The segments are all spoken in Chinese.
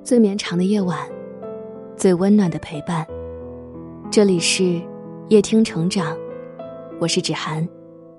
最绵长的夜晚，最温暖的陪伴。这里是夜听成长，我是芷涵。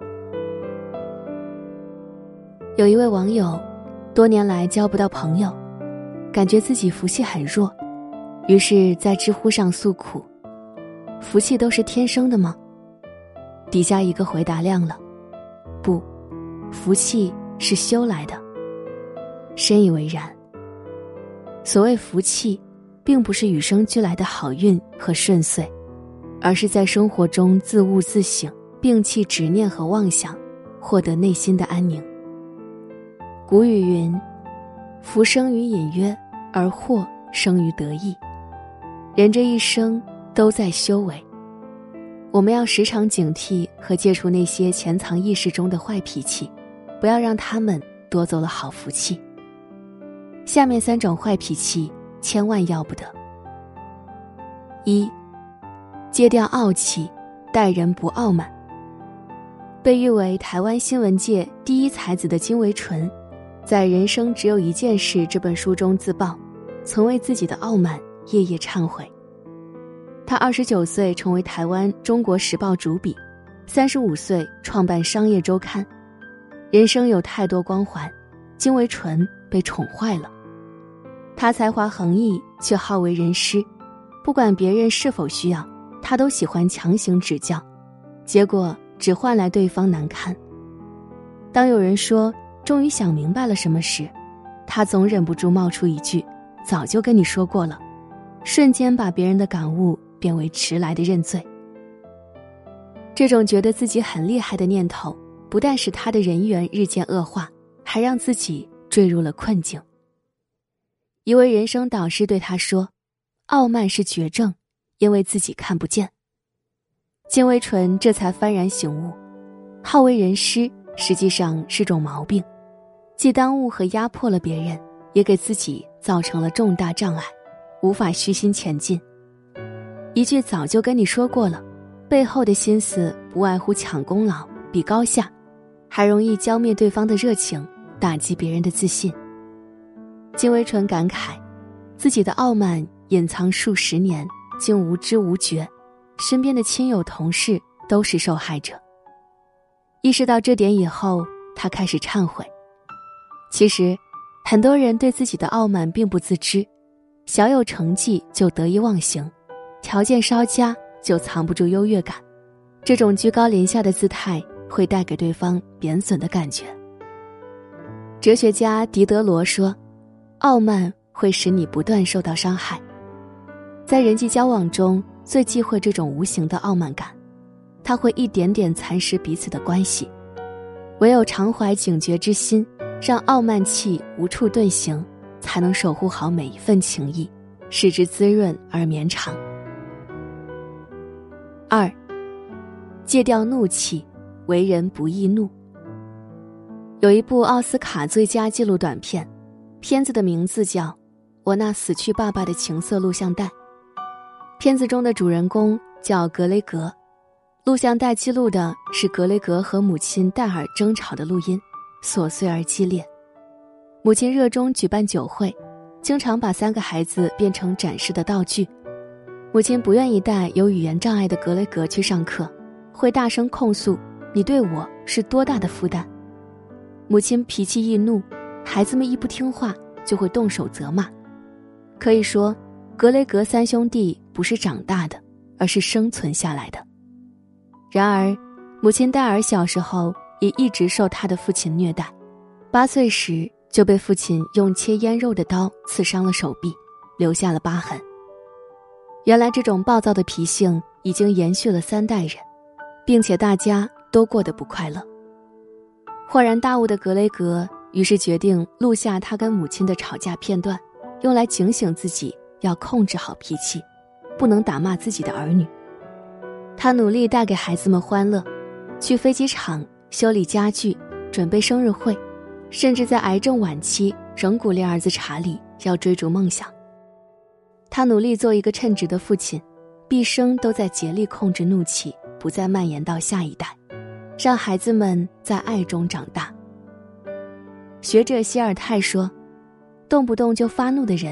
有一位网友多年来交不到朋友，感觉自己福气很弱，于是在知乎上诉苦：福气都是天生的吗？底下一个回答亮了：不，福气是修来的。深以为然。所谓福气，并不是与生俱来的好运和顺遂，而是在生活中自悟自省，摒弃执念和妄想，获得内心的安宁。古语云：福生于隐约，而祸生于得意。人这一生都在修为，我们要时常警惕和戒除那些潜藏意识中的坏脾气，不要让他们夺走了好福气。下面3种坏脾气千万要不得。1. 戒掉傲气，待人不傲慢。被誉为台湾新闻界第一才子的金维纯，在《人生只有一件事》这本书中自曝，曾为自己的傲慢夜夜忏悔。他29岁成为台湾《中国时报》主笔，35岁创办商业周刊。人生有太多光环，金维纯被宠坏了。他才华横溢，却好为人师，不管别人是否需要，他都喜欢强行指教，结果只换来对方难堪。当有人说终于想明白了什么时，他总忍不住冒出一句：早就跟你说过了，瞬间把别人的感悟变为迟来的认罪。这种觉得自己很厉害的念头，不但使他的人缘日渐恶化，还让自己坠入了困境。一位人生导师对他说：傲慢是绝症，因为自己看不见。金维纯这才幡然醒悟，好为人师实际上是种毛病，既耽误和压迫了别人，也给自己造成了重大障碍，无法虚心前进。一句早就跟你说过了，背后的心思不外乎抢功劳、比高下，还容易浇灭对方的热情，打击别人的自信。金维纯感慨，自己的傲慢隐藏数十年，竟无知无觉，身边的亲友同事都是受害者。意识到这点以后，他开始忏悔。其实很多人对自己的傲慢并不自知，小有成绩就得意忘形，条件稍佳就藏不住优越感，这种居高临下的姿态会带给对方贬损的感觉。哲学家狄德罗说，傲慢会使你不断受到伤害。在人际交往中，最忌讳这种无形的傲慢感，它会一点点蚕食彼此的关系。唯有常怀警觉之心，让傲慢气无处遁形，才能守护好每一份情谊，使之滋润而绵长。2. 戒掉怒气，为人不易怒。有一部奥斯卡最佳纪录短片，片子的名字叫《我那死去爸爸的情色录像带》。片子中的主人公叫格雷格，录像带记录的是格雷格和母亲戴尔争吵的录音，琐碎而激烈。母亲热衷举办酒会，经常把3个孩子变成展示的道具。母亲不愿意带有语言障碍的格雷格去上课，会大声控诉：你对我是多大的负担。母亲脾气易怒，孩子们一不听话就会动手责骂。可以说，格雷格3兄弟不是长大的，而是生存下来的。然而母亲戴尔小时候也一直受他的父亲虐待，8岁时就被父亲用切腌肉的刀刺伤了手臂，留下了疤痕。原来这种暴躁的脾性已经延续了3代人，并且大家都过得不快乐。恍然大悟的格雷格于是决定录下他跟母亲的吵架片段，用来警醒自己要控制好脾气，不能打骂自己的儿女。他努力带给孩子们欢乐，去飞机场修理家具，准备生日会，甚至在癌症晚期仍鼓励儿子查理要追逐梦想。他努力做一个称职的父亲，毕生都在竭力控制怒气，不再蔓延到下一代，让孩子们在爱中长大。学者希尔泰说，动不动就发怒的人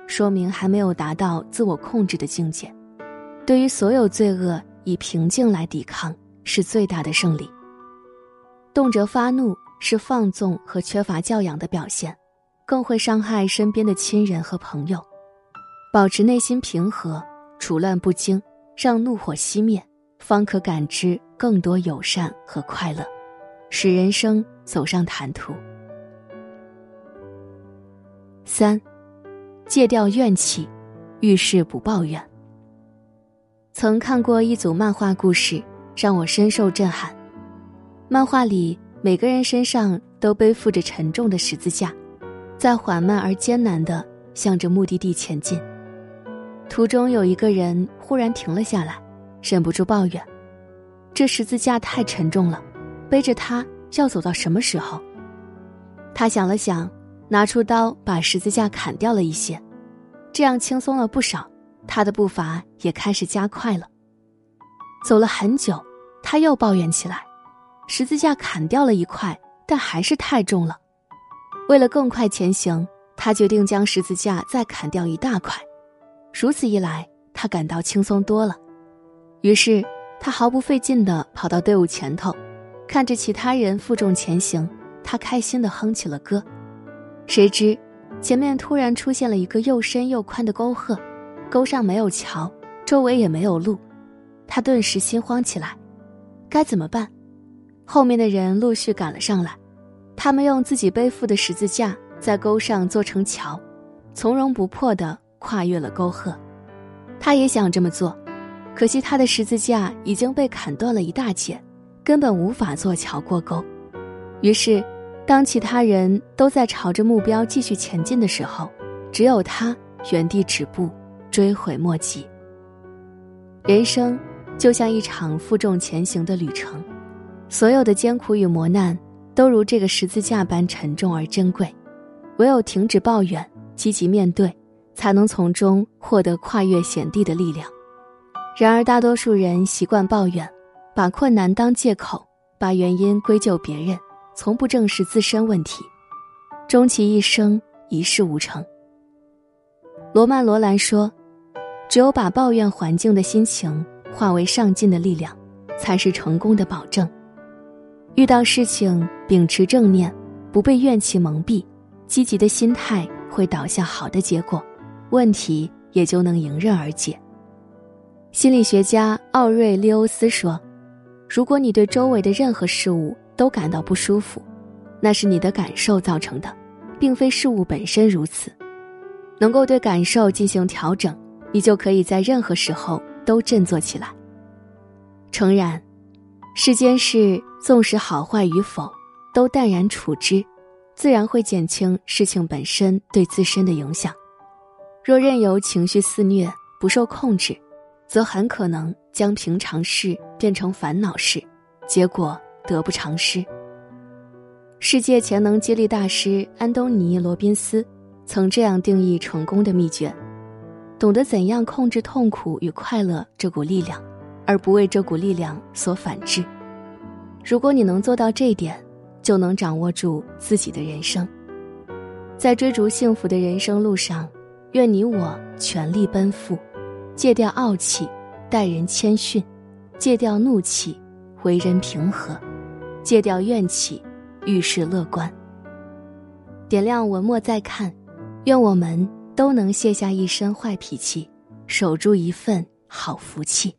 说明还没有达到自我控制的境界。对于所有罪恶，以平静来抵抗是最大的胜利。动辄发怒是放纵和缺乏教养的表现，更会伤害身边的亲人和朋友。保持内心平和，处乱不惊，让怒火熄灭，方可感知更多友善和快乐，使人生走上坦途。3. 戒掉怨气，遇事不抱怨。曾看过一组漫画故事，让我深受震撼。漫画里每个人身上都背负着沉重的十字架，在缓慢而艰难地向着目的地前进。途中有一个人忽然停了下来，忍不住抱怨，这十字架太沉重了，背着它要走到什么时候？他想了想，拿出刀把十字架砍掉了一些，这样轻松了不少，他的步伐也开始加快了。走了很久，他又抱怨起来，十字架砍掉了一块，但还是太重了。为了更快前行，他决定将十字架再砍掉一大块。如此一来，他感到轻松多了。于是他毫不费劲地跑到队伍前头，看着其他人负重前行，他开心地哼起了歌。谁知前面突然出现了一个又深又宽的沟壑，沟上没有桥，周围也没有路，他顿时心慌起来，该怎么办？后面的人陆续赶了上来，他们用自己背负的十字架在沟上做成桥，从容不迫地跨越了沟壑。他也想这么做，可惜他的十字架已经被砍断了一大截，根本无法做桥过沟。于是当其他人都在朝着目标继续前进的时候，只有他原地止步，追悔莫及。人生就像一场负重前行的旅程，所有的艰苦与磨难都如这个十字架般沉重而珍贵，唯有停止抱怨，积极面对，才能从中获得跨越险地的力量。然而大多数人习惯抱怨，把困难当借口，把原因归咎别人，从不正视自身问题，终其一生一事无成。罗曼·罗兰说，只有把抱怨环境的心情化为上进的力量，才是成功的保证。遇到事情秉持正念，不被怨气蒙蔽，积极的心态会导向好的结果，问题也就能迎刃而解。心理学家奥瑞利欧斯说，如果你对周围的任何事物都感到不舒服，那是你的感受造成的，并非事物本身如此。能够对感受进行调整，你就可以在任何时候都振作起来。诚然，世间事纵使好坏与否，都淡然处之，自然会减轻事情本身对自身的影响。若任由情绪肆虐，不受控制，则很可能将平常事变成烦恼事，结果得不偿失。世界潜能激励大师安东尼·罗宾斯曾这样定义成功的秘诀：懂得怎样控制痛苦与快乐这股力量，而不为这股力量所反制。如果你能做到这一点，就能掌握住自己的人生。在追逐幸福的人生路上，愿你我全力奔赴，戒掉傲气，待人谦逊，戒掉怒气，为人平和，戒掉怨气，遇事乐观。点亮文末再看，愿我们都能卸下一身坏脾气，守住一份好福气。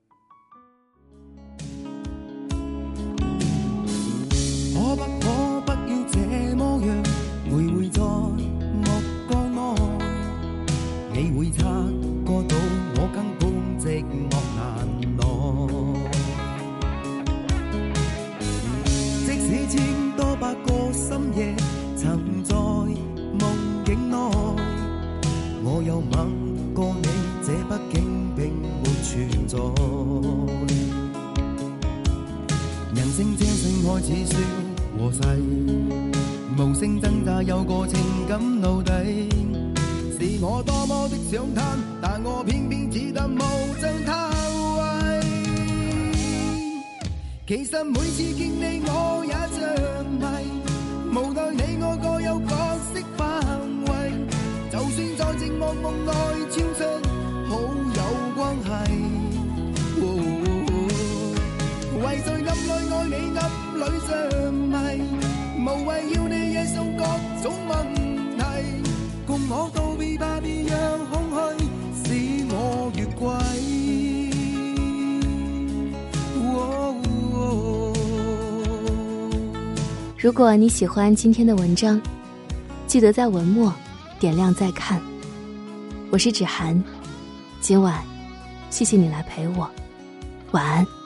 可不要這麼樣，徘徊在目光內，你會察覺到我根本寂寞難耐。即使千多百個深夜曾在夢境內，我有吻過你，這畢竟並沒存在。人生這聲開始說和諧，無聲掙扎有個情感奴隸，是我多麼的想貪，但我偏偏只得無盡偷慰。其實每次見你我也着迷，無奈你我各有角色範圍，就算再靜惡夢內超出好友關係。為在暗內愛你暗裏着迷，無謂要你惹上各種問題，共我道別吧，別讓空虛使我越軌。 如果你喜欢今天的文章，记得在文末点亮再看。我是芷涵，今晚谢谢你来陪我，晚安。